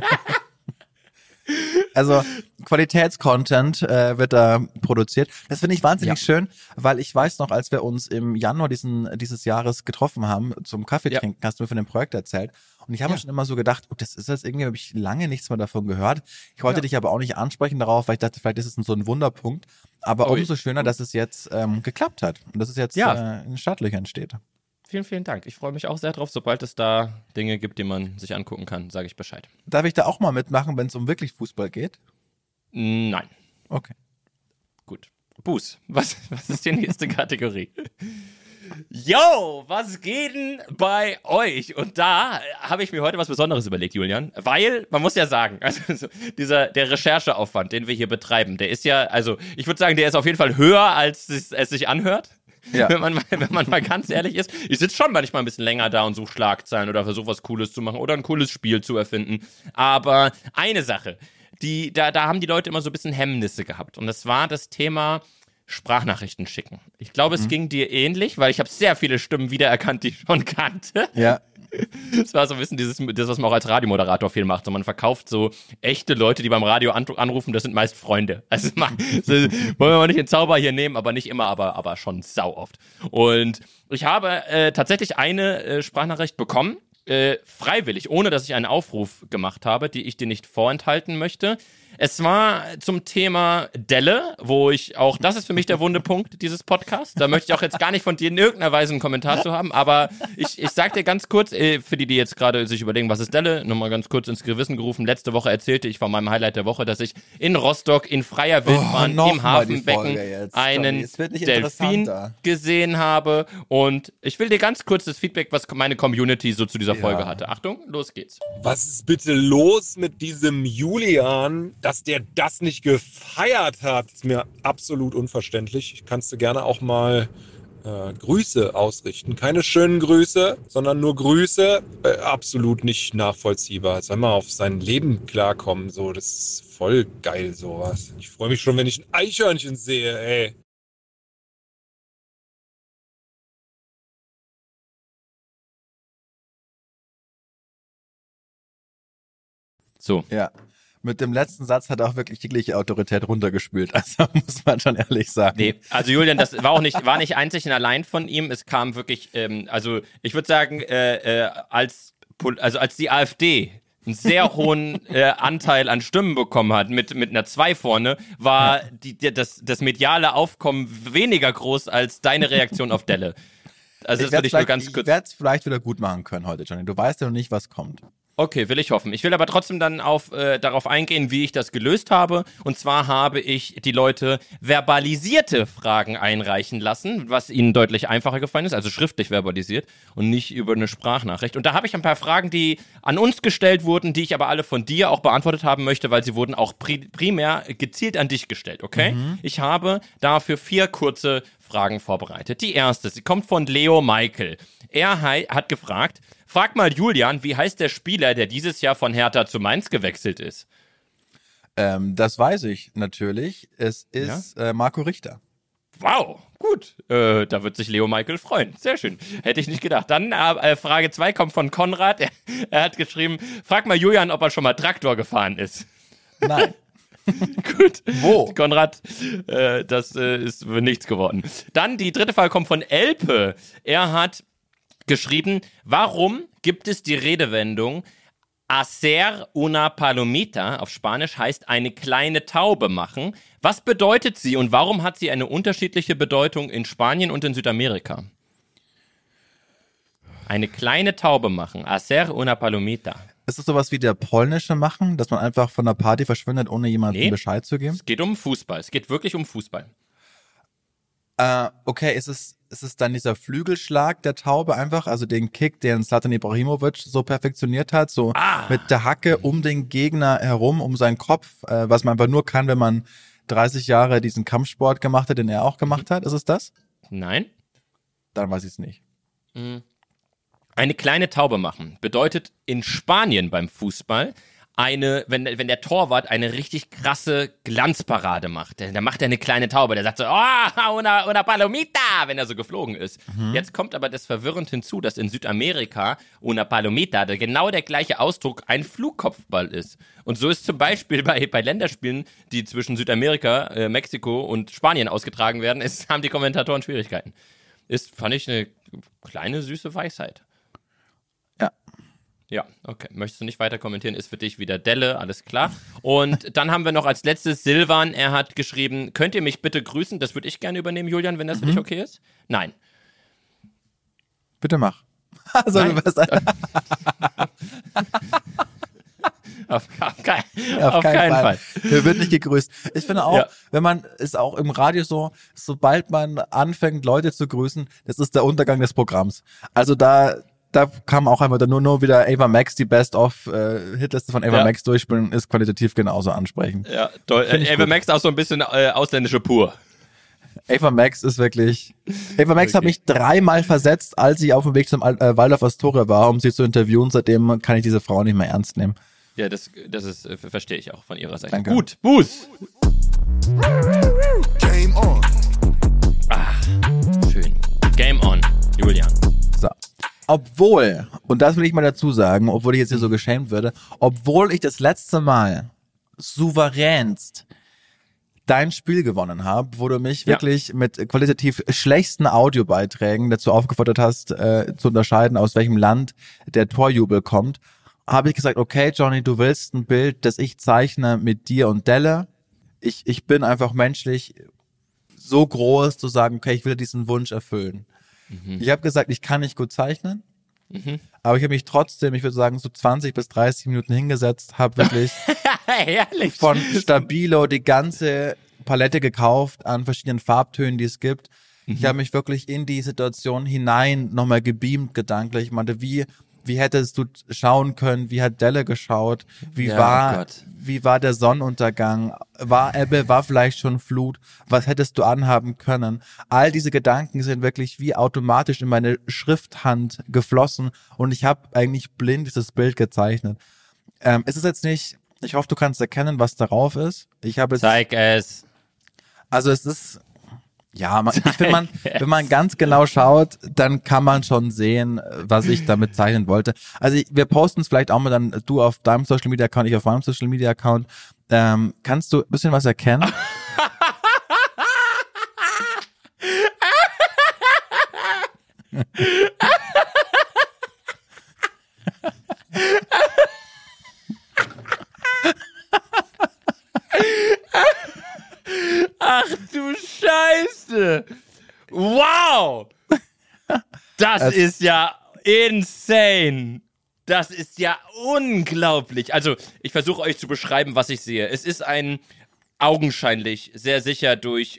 Also Qualitätscontent wird da produziert. Das finde ich wahnsinnig schön, weil ich weiß noch, als wir uns im Januar dieses Jahres getroffen haben zum Kaffee trinken, hast du mir von dem Projekt erzählt. Und ich habe mir schon immer so gedacht, das ist jetzt irgendwie, habe ich lange nichts mehr davon gehört. Ich wollte dich aber auch nicht ansprechen darauf, weil ich dachte, vielleicht ist es so ein Wunderpunkt. Aber umso schöner, dass es jetzt geklappt hat und dass es jetzt in Startlöchern steht. Vielen, vielen Dank. Ich freue mich auch sehr drauf. Sobald es da Dinge gibt, die man sich angucken kann, sage ich Bescheid. Darf ich da auch mal mitmachen, wenn es um wirklich Fußball geht? Nein. Okay. Gut. Buß. Was ist die nächste Kategorie? Yo, was geht denn bei euch? Und da habe ich mir heute was Besonderes überlegt, Julian. Weil, man muss ja sagen, also der Rechercheaufwand, den wir hier betreiben, der ist ja, also ich würde sagen, der ist auf jeden Fall höher, als es sich anhört. Ja. Wenn man mal ganz ehrlich ist. Ich sitze schon manchmal ein bisschen länger da und suche Schlagzeilen oder versuche was Cooles zu machen oder ein cooles Spiel zu erfinden. Aber eine Sache, da haben die Leute immer so ein bisschen Hemmnisse gehabt. Und das war das Thema Sprachnachrichten schicken. Ich glaube, es ging dir ähnlich, weil ich habe sehr viele Stimmen wiedererkannt, die ich schon kannte. Ja. Das war so ein bisschen das, was man auch als Radiomoderator viel macht. So, man verkauft so echte Leute, die beim Radio anrufen, das sind meist Freunde. Also wollen wir mal nicht den Zauber hier nehmen, aber nicht immer, aber schon sau oft. Und ich habe tatsächlich eine Sprachnachricht bekommen, freiwillig, ohne dass ich einen Aufruf gemacht habe, die ich dir nicht vorenthalten möchte. Es war zum Thema Delle, das ist für mich der wunde Punkt dieses Podcasts. Da möchte ich auch jetzt gar nicht von dir in irgendeiner Weise einen Kommentar zu haben, aber ich sag dir ganz kurz, für die jetzt gerade sich überlegen, was ist Delle, nochmal ganz kurz ins Gewissen gerufen. Letzte Woche erzählte ich von meinem Highlight der Woche, dass ich in Rostock in freier Wildbahn im Hafenbecken einen Delfin gesehen habe und ich will dir ganz kurz das Feedback, was meine Community so zu dieser Folge hatte. Achtung, los geht's. Was ist bitte los mit diesem Julian, dass der das nicht gefeiert hat? Ist mir absolut unverständlich. Ich kannst du gerne auch mal Grüße ausrichten. Keine schönen Grüße, sondern nur Grüße. Absolut nicht nachvollziehbar. Soll mal auf sein Leben klarkommen. So, das ist voll geil, sowas. Ich freue mich schon, wenn ich ein Eichhörnchen sehe, ey. So. Ja. Mit dem letzten Satz hat er auch wirklich jegliche Autorität runtergespült. Also muss man schon ehrlich sagen. Nee, also Julian, das war nicht einzig und allein von ihm. Es kam wirklich, also ich würde sagen, als die AfD einen sehr hohen Anteil an Stimmen bekommen hat, mit einer 2 vorne, war das mediale Aufkommen weniger groß als deine Reaktion auf Delle. Also das würde ich nur ganz kurz... Ich werde es vielleicht wieder gut machen können heute, Johnny. Du weißt ja noch nicht, was kommt. Okay, will ich hoffen. Ich will aber trotzdem dann darauf eingehen, wie ich das gelöst habe. Und zwar habe ich die Leute verbalisierte Fragen einreichen lassen, was ihnen deutlich einfacher gefallen ist, also schriftlich verbalisiert und nicht über eine Sprachnachricht. Und da habe ich ein paar Fragen, die an uns gestellt wurden, die ich aber alle von dir auch beantwortet haben möchte, weil sie wurden auch primär gezielt an dich gestellt, okay? Ich habe dafür 4 kurze Fragen vorbereitet. Die erste, sie kommt von Leo Michael. Er hat gefragt, frag mal Julian, wie heißt der Spieler, der dieses Jahr von Hertha zu Mainz gewechselt ist? Das weiß ich natürlich. Es ist Marco Richter. Wow, gut. Da wird sich Leo Michael freuen. Sehr schön. Hätte ich nicht gedacht. Dann Frage 2 kommt von Konrad. Er hat geschrieben, frag mal Julian, ob er schon mal Traktor gefahren ist. Nein. Gut. Wo? Konrad, das ist nichts geworden. Dann die dritte Frage kommt von Elpe. Er hat geschrieben, warum gibt es die Redewendung hacer una palomita, auf Spanisch heißt eine kleine Taube machen. Was bedeutet sie und warum hat sie eine unterschiedliche Bedeutung in Spanien und in Südamerika? Eine kleine Taube machen, hacer una palomita. Ist das sowas wie der polnische Machen, dass man einfach von der Party verschwindet, ohne jemandem Bescheid zu geben? Es geht um Fußball, es geht wirklich um Fußball. Okay, ist es dann dieser Flügelschlag der Taube einfach, also den Kick, den Zlatan Ibrahimovic so perfektioniert hat, so mit der Hacke um den Gegner herum, um seinen Kopf, was man einfach nur kann, wenn man 30 Jahre diesen Kampfsport gemacht hat, den er auch gemacht hat. Ist es das? Nein. Dann weiß ich es nicht. Eine kleine Taube machen bedeutet in Spanien beim Fußball wenn der Torwart eine richtig krasse Glanzparade macht, dann macht er eine kleine Taube, der sagt so, una palomita, wenn er so geflogen ist. Jetzt kommt aber das verwirrend hinzu, dass in Südamerika una palomita genau der gleiche Ausdruck ein Flugkopfball ist. Und so ist zum Beispiel bei Länderspielen, die zwischen Südamerika, Mexiko und Spanien ausgetragen werden, haben die Kommentatoren Schwierigkeiten. Fand ich eine kleine, süße Weisheit. Ja, okay. Möchtest du nicht weiter kommentieren? Ist für dich wieder Delle, alles klar. Und dann haben wir noch als letztes Silvan. Er hat geschrieben, könnt ihr mich bitte grüßen? Das würde ich gerne übernehmen, Julian, wenn das für dich okay ist. Nein. Bitte mach. Also, Nein. Du wirst Auf keinen Fall. Hier wird nicht gegrüßt. Ich finde auch, wenn man ist auch im Radio so, sobald man anfängt, Leute zu grüßen, das ist der Untergang des Programms. Also da kam auch einmal nur wieder Ava Max, die Best-of-Hitliste von Ava Max durchspielen, ist qualitativ genauso ansprechend. Ja, Ava Max auch so ein bisschen ausländische Pur. Ava Max ist wirklich... Ava Max hat mich 3-mal versetzt, als ich auf dem Weg zum Waldorf Astoria war, um sie zu interviewen. Seitdem kann ich diese Frau nicht mehr ernst nehmen. Ja, das ist, verstehe ich auch von ihrer Seite. Danke. Gut, Buß. Game on. Schön. Game on, Julian. So. Obwohl, und das will ich mal dazu sagen, obwohl ich jetzt hier so geschämt würde, obwohl ich das letzte Mal souveränst dein Spiel gewonnen habe, wo du mich wirklich mit qualitativ schlechtesten Audiobeiträgen dazu aufgefordert hast, zu unterscheiden, aus welchem Land der Torjubel kommt, habe ich gesagt, okay, Johnny, du willst ein Bild, das ich zeichne mit dir und Delle. Ich bin einfach menschlich so groß, zu sagen, okay, ich will diesen Wunsch erfüllen. Ich habe gesagt, ich kann nicht gut zeichnen, aber ich habe mich trotzdem, ich würde sagen, so 20 bis 30 Minuten hingesetzt, habe wirklich von Stabilo die ganze Palette gekauft an verschiedenen Farbtönen, die es gibt. Ich habe mich wirklich in die Situation hinein nochmal gebeamt gedanklich. Ich meinte, wie hättest du schauen können? Wie hat Delle geschaut? Wie war der Sonnenuntergang? War Ebbe? War vielleicht schon Flut? Was hättest du anhaben können? All diese Gedanken sind wirklich wie automatisch in meine Schrifthand geflossen und ich habe eigentlich blind dieses Bild gezeichnet. Es ist jetzt nicht, ich hoffe, du kannst erkennen, was darauf ist. Zeig es. Also es ist... Ja, ich finde, wenn man ganz genau schaut, dann kann man schon sehen, was ich damit zeichnen wollte. Also wir posten es vielleicht auch mal dann, du auf deinem Social Media Account, ich auf meinem Social Media Account. Kannst du ein bisschen was erkennen? Ach du Scheiße! Wow! Das ist ja insane. Das ist ja unglaublich. Also, ich versuche euch zu beschreiben, was ich sehe. Es ist ein augenscheinlich sehr sicher durch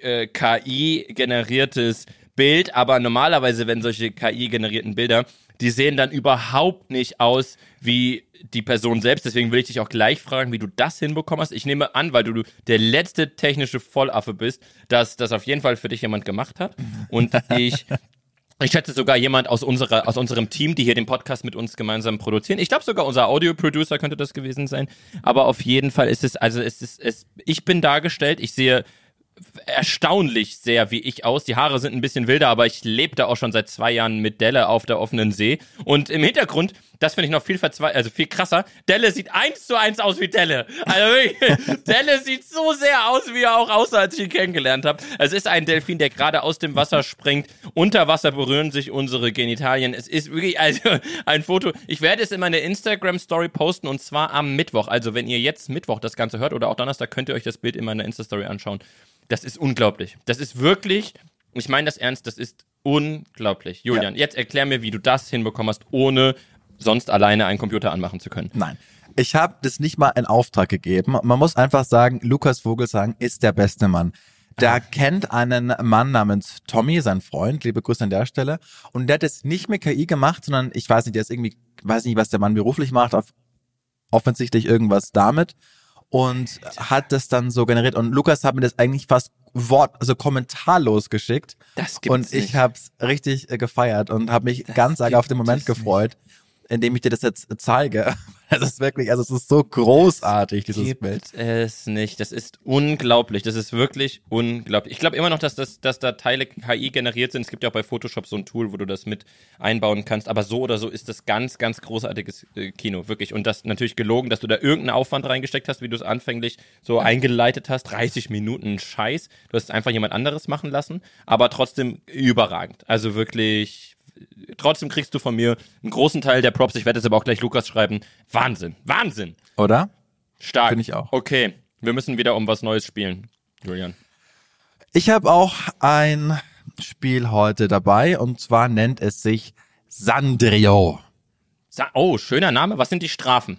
KI generiertes Bild, aber normalerweise, wenn solche KI-generierten Bilder, die sehen dann überhaupt nicht aus wie die Person selbst. Deswegen will ich dich auch gleich fragen, wie du das hinbekommen hast. Ich nehme an, weil du der letzte technische Vollaffe bist, dass das auf jeden Fall für dich jemand gemacht hat. Und ich schätze sogar jemand aus unserem Team, die hier den Podcast mit uns gemeinsam produzieren. Ich glaube sogar unser Audio-Producer könnte das gewesen sein. Aber auf jeden Fall ist es, ich bin dargestellt, ich sehe erstaunlich sehr wie ich aus. Die Haare sind ein bisschen wilder, aber ich lebe da auch schon seit 2 Jahren mit Delle auf der offenen See. Und im Hintergrund, das finde ich noch viel viel krasser, Delle sieht 1:1 aus wie Delle. Also wirklich, Delle sieht so sehr aus, wie er auch aussah, als ich ihn kennengelernt habe. Es ist ein Delfin, der gerade aus dem Wasser springt. Unter Wasser berühren sich unsere Genitalien. Es ist wirklich ein Foto. Ich werde es in meine Instagram-Story posten und zwar am Mittwoch. Also wenn ihr jetzt Mittwoch das Ganze hört oder auch Donnerstag, könnt ihr euch das Bild in meiner Insta-Story anschauen. Das ist unglaublich. Das ist wirklich, ich meine das ernst, das ist unglaublich. Julian, Jetzt erklär mir, wie du das hinbekommen hast, ohne sonst alleine einen Computer anmachen zu können. Nein. Ich habe das nicht mal in Auftrag gegeben. Man muss einfach sagen, Lukas Vogelsang ist der beste Mann. Der kennt einen Mann namens Tommy, sein Freund, liebe Grüße an der Stelle. Und der hat es nicht mit KI gemacht, sondern ich weiß nicht, der ist irgendwie, weiß nicht, was der Mann beruflich macht, offensichtlich irgendwas damit. Und hat das dann so generiert. Und Lukas hat mir das eigentlich fast kommentarlos geschickt. Das gibt's und ich nicht. hab's richtig gefeiert und habe mich ganz arg auf den Moment gefreut, indem ich dir das jetzt zeige. Es ist wirklich, also es ist so großartig, dieses Bild. Es nicht. Das ist unglaublich. Das ist wirklich unglaublich. Ich glaube immer noch, dass da Teile KI generiert sind. Es gibt ja auch bei Photoshop so ein Tool, wo du das mit einbauen kannst. Aber so oder so ist das ganz, ganz großartiges Kino. Wirklich. Und das natürlich gelogen, dass du da irgendeinen Aufwand reingesteckt hast, wie du es anfänglich so eingeleitet hast. 30 Minuten Scheiß. Du hast einfach jemand anderes machen lassen. Aber trotzdem überragend. Also wirklich... Trotzdem kriegst du von mir einen großen Teil der Props. Ich werde es aber auch gleich Lukas schreiben. Wahnsinn, Wahnsinn. Oder? Stark. Finde ich auch. Okay, wir müssen wieder um was Neues spielen, Julian. Ich habe auch ein Spiel heute dabei und zwar nennt es sich Sandrio. Oh, schöner Name. Was sind die Strafen?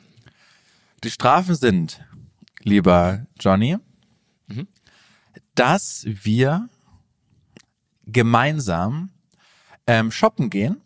Die Strafen sind, lieber Johnny, dass wir gemeinsam shoppen gehen.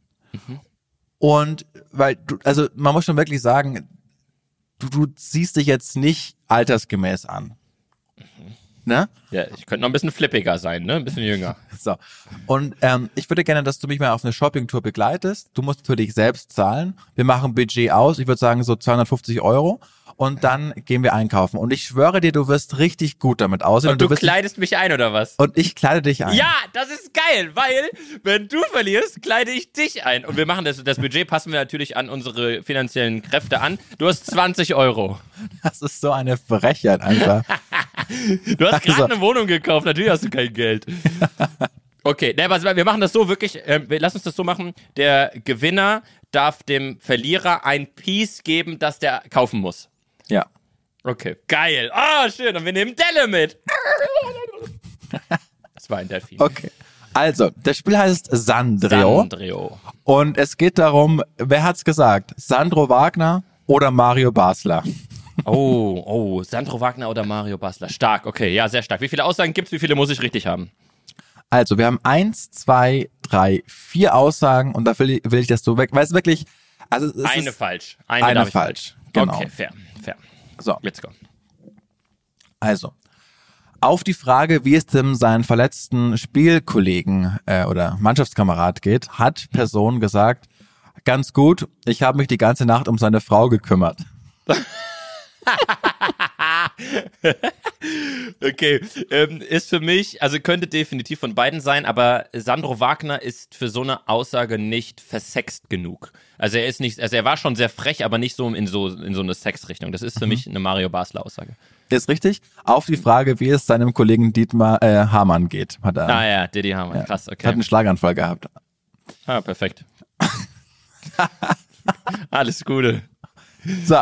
Und weil du, also man muss schon wirklich sagen, du siehst dich jetzt nicht altersgemäß an. Ne? Ja, ich könnte noch ein bisschen flippiger sein, ne? Ein bisschen jünger. So. Und ich würde gerne, dass du mich mal auf eine Shoppingtour begleitest. Du musst für dich selbst zahlen. Wir machen Budget aus. Ich würde sagen so 250 €. Und dann gehen wir einkaufen. Und ich schwöre dir, du wirst richtig gut damit aussehen. Und du kleidest mich ein, oder was? Und ich kleide dich ein. Ja, das ist geil, weil, wenn du verlierst, kleide ich dich ein. Und wir machen das Budget passen wir natürlich an unsere finanziellen Kräfte an. Du hast 20 €. Das ist so eine Frechheit einfach. Du hast gerade eine Wohnung gekauft, natürlich hast du kein Geld. Okay, wir machen das so wirklich, lass uns das so machen, der Gewinner darf dem Verlierer ein Piece geben, das der kaufen muss. Ja. Okay, geil. Ah, schön, und wir nehmen Delle mit. Das war ein Delfin. Okay. Also, das Spiel heißt Sandrio. Sandrio. Und es geht darum, wer hat's gesagt? Sandro Wagner oder Mario Basler? Oh, Sandro Wagner oder Mario Basler. Stark, okay, ja, sehr stark. Wie viele Aussagen gibt's? Wie viele muss ich richtig haben? Also, wir haben 1, 2, 3, 4 Aussagen und da will ich das so weg, weil es wirklich, also es Eine ist falsch. eine darf ich falsch. falsch. Genau. Okay, fair. So. Let's go. Also, auf die Frage, wie es dem seinen verletzten Spielkollegen oder Mannschaftskamerad geht, hat Person gesagt, ganz gut, ich habe mich die ganze Nacht um seine Frau gekümmert. Okay, ist für mich, also könnte definitiv von beiden sein, aber Sandro Wagner ist für so eine Aussage nicht versext genug. Also er war schon sehr frech, aber nicht so in so eine Sexrichtung. Das ist für mich eine Mario Basler Aussage. Ist richtig. Auf die Frage, wie es seinem Kollegen Dietmar Hamann geht. Hat er, ja, Didi Hamann, krass, okay. Hat einen Schlaganfall gehabt. Ah, perfekt. Alles Gute. So.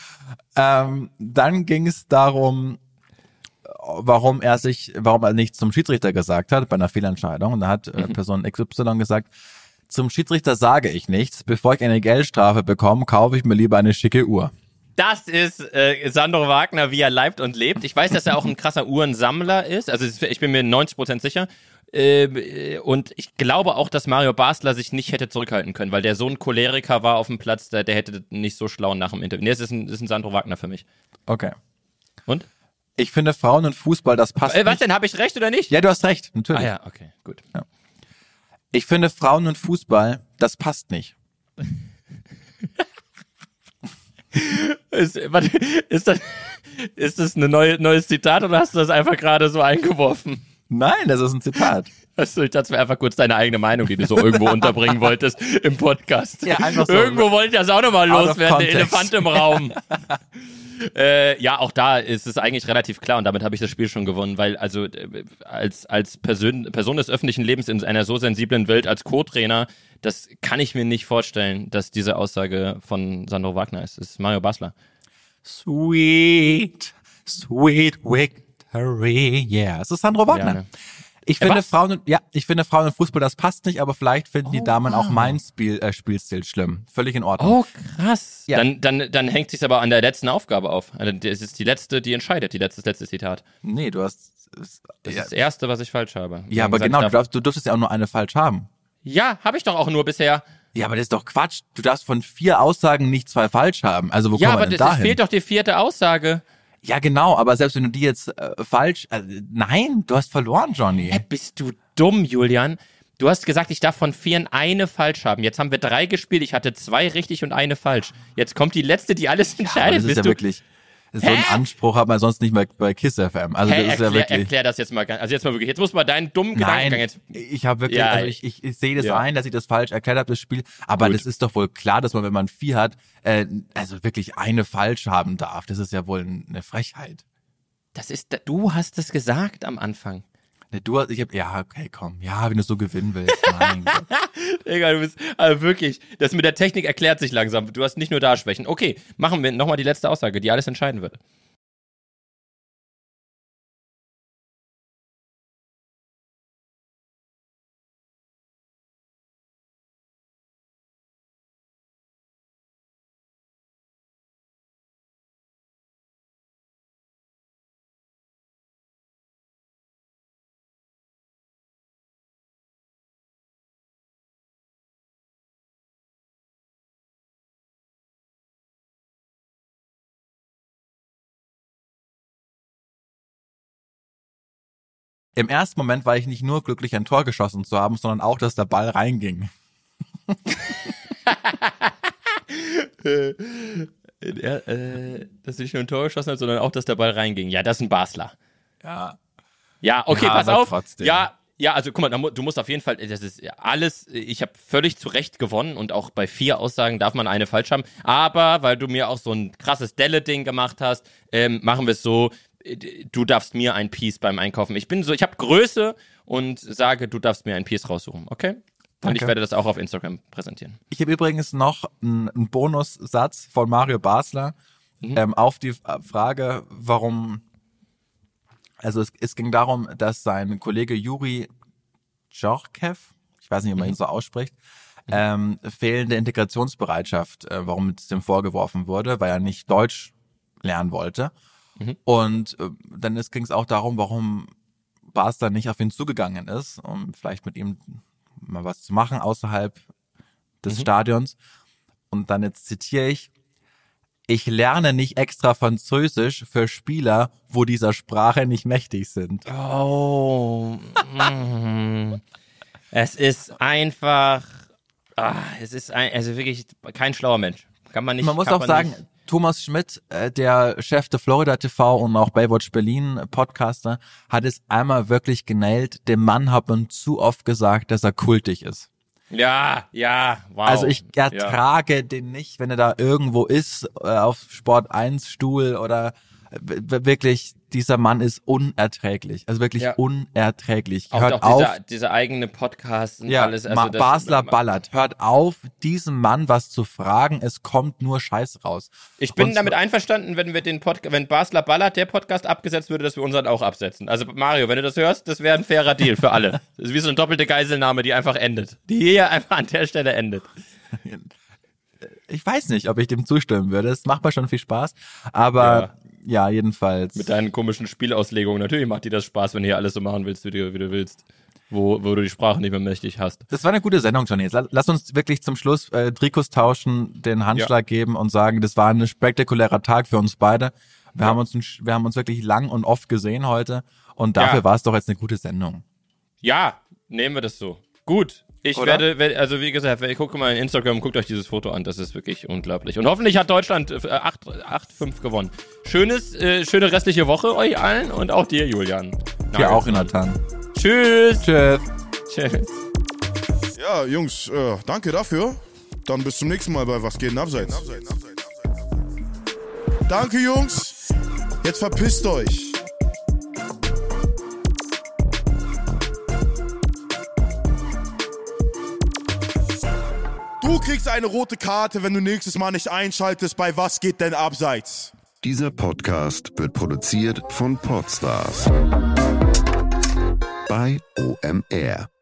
Dann ging es darum, warum er nicht zum Schiedsrichter gesagt hat bei einer Fehlentscheidung. Und da hat Person XY gesagt, Zum Schiedsrichter sage ich nichts. Bevor ich eine Geldstrafe bekomme, kaufe ich mir lieber eine schicke Uhr. Das ist Sandro Wagner, wie er leibt und lebt. Ich weiß, dass er auch ein krasser Uhrensammler ist. Also ich bin mir 90% sicher. Und ich glaube auch, dass Mario Basler sich nicht hätte zurückhalten können, weil der so ein Choleriker war auf dem Platz, der hätte nicht so schlau nach dem Interview. Nee, das ist ein Sandro Wagner für mich. Okay. Und? Ich finde Frauen und Fußball, das passt Was nicht. denn, habe ich recht oder nicht? Ja, du hast recht, natürlich. Ah ja, okay, gut. Ja. Ich finde Frauen und Fußball, das passt nicht. Ist das ein neues Zitat oder hast du das einfach gerade so eingeworfen? Nein, das ist ein Zitat. Achso, ich dachte, es wäre einfach kurz deine eigene Meinung, die du so irgendwo unterbringen wolltest im Podcast. Ja, einfach so. Irgendwo wollte ich das auch nochmal Out of loswerden, der context. Elefant im Raum. Ja, auch da ist es eigentlich relativ klar und damit habe ich das Spiel schon gewonnen, weil also als Person des öffentlichen Lebens in einer so sensiblen Welt als Co-Trainer, das kann ich mir nicht vorstellen, dass diese Aussage von Sandro Wagner ist. Das ist Mario Basler. Sweet victory. Yeah, es ist Sandro Wagner. Ja, ne? Ich finde Frauen und Fußball, das passt nicht, aber vielleicht finden die Damen auch mein Spielstil schlimm. Völlig in Ordnung. Oh, krass. Ja. Dann hängt sich's aber an der letzten Aufgabe auf. Also, das ist die letzte, die entscheidet, das letzte Zitat. Nee, du hast... Das ist das Erste, was ich falsch habe. Ja, aber gesagt, genau, du durftest ja auch nur eine falsch haben. Ja, habe ich doch auch nur bisher. Ja, aber das ist doch Quatsch. Du darfst von 4 Aussagen nicht 2 falsch haben. Also wo Ja, kommen wir aber denn es dahin? fehlt doch die 4. Aussage. Ja, genau, aber selbst wenn du die jetzt falsch... nein, du hast verloren, Johnny. Bist du dumm, Julian? Du hast gesagt, ich darf von 4 eine falsch haben. Jetzt haben wir 3 gespielt, ich hatte 2 richtig und eine falsch. Jetzt kommt die letzte, die alles Aber entscheidet. das ist Bist ja du... wirklich... So einen Anspruch hat man sonst nicht mehr bei KISS FM. Also das ist ja wirklich... Erklär das jetzt mal. Also jetzt mal wirklich. Jetzt muss man deinen dummen Gedankengang Nein, jetzt... ich habe wirklich, Ja, also ich sehe das ja. ein, dass ich das falsch erklärt habe, das Spiel. Aber Gut. das ist doch wohl klar, dass man, wenn man 4 hat, also wirklich eine falsch haben darf. Das ist ja wohl eine Frechheit. Du hast es gesagt am Anfang. Ne, ja, okay, komm. Ja, wenn du so gewinnen willst. Mein Gott. Egal, du bist also wirklich, das mit der Technik erklärt sich langsam. Du hast nicht nur da Schwächen. Okay, machen wir nochmal die letzte Aussage, die alles entscheiden wird. Im ersten Moment war ich nicht nur glücklich, ein Tor geschossen zu haben, sondern auch, dass der Ball reinging. Dass du nicht nur ein Tor geschossen hast, sondern auch, dass der Ball reinging. Ja, das ist ein Basler. Ja. Ja, okay, Ja, pass aber auf. trotzdem. Ja, also guck mal, du musst auf jeden Fall, das ist alles, ich habe völlig zu Recht gewonnen und auch bei 4 Aussagen darf man eine falsch haben. Aber, weil du mir auch so ein krasses Delle-Ding gemacht hast, machen wir es so, du darfst mir ein Piece beim Einkaufen. Ich habe Größe und sage, du darfst mir ein Piece raussuchen, okay? Und Danke. ich werde das auch auf Instagram präsentieren. Ich habe übrigens noch einen Bonussatz von Mario Basler auf die Frage, warum... Also es ging darum, dass sein Kollege Juri Djorkaeff, ich weiß nicht, ob man ihn so ausspricht, fehlende Integrationsbereitschaft, warum es dem vorgeworfen wurde, weil er nicht Deutsch lernen wollte. Und dann ging es auch darum, warum Basler nicht auf ihn zugegangen ist, um vielleicht mit ihm mal was zu machen außerhalb des Stadions. Und dann jetzt zitiere ich lerne nicht extra Französisch für Spieler, wo dieser Sprache nicht mächtig sind. Oh. Es ist einfach. Also wirklich kein schlauer Mensch. Kann man nicht. Man muss auch sagen, Thomas Schmidt, der Chef der Florida TV und auch Baywatch Berlin Podcaster, hat es einmal wirklich genailt. Dem Mann hat man zu oft gesagt, dass er kultig ist. Ja, wow. Also ich ertrage den nicht, wenn er da irgendwo ist, auf Sport 1 Stuhl oder Wirklich, dieser Mann ist unerträglich. Also wirklich unerträglich. Auch Hört auch auf. diese eigene Podcast und Ja, alles. Also Basler ballert. Hört auf, diesem Mann was zu fragen. Es kommt nur Scheiß raus. Ich bin damit einverstanden, wenn wir wenn Basler ballert, der Podcast abgesetzt würde, dass wir unseren auch absetzen. Also Mario, wenn du das hörst, das wäre ein fairer Deal für alle. Das ist wie so eine doppelte Geiselnahme, die einfach endet. Die hier einfach an der Stelle endet. Ich weiß nicht, ob ich dem zustimmen würde. Es macht mir schon viel Spaß. Aber ja, jedenfalls. Mit deinen komischen Spielauslegungen. Natürlich macht dir das Spaß, wenn du hier alles so machen willst, wie du willst. Wo du die Sprache nicht mehr mächtig hast. Das war eine gute Sendung, Johnny. Lass uns wirklich zum Schluss Trikots tauschen, den Handschlag geben und sagen, das war ein spektakulärer Tag für uns beide. Wir haben uns wirklich lang und oft gesehen heute und dafür war es doch jetzt eine gute Sendung. Ja, nehmen wir das so. Gut. Ich werde, also wie gesagt, guckt mal in Instagram, guckt euch dieses Foto an, das ist wirklich unglaublich. Und hoffentlich hat Deutschland 8-5 gewonnen. Schöne restliche Woche euch allen und auch dir, Julian. Dir auch, Jonathan. Tschüss. Tschüss. Tschüss. Ja, Jungs, danke dafür. Dann bis zum nächsten Mal bei Was geht denn abseits? Danke, Jungs. Jetzt verpisst euch. Du kriegst eine rote Karte, wenn du nächstes Mal nicht einschaltest bei Was geht denn abseits? Dieser Podcast wird produziert von Podstars bei OMR.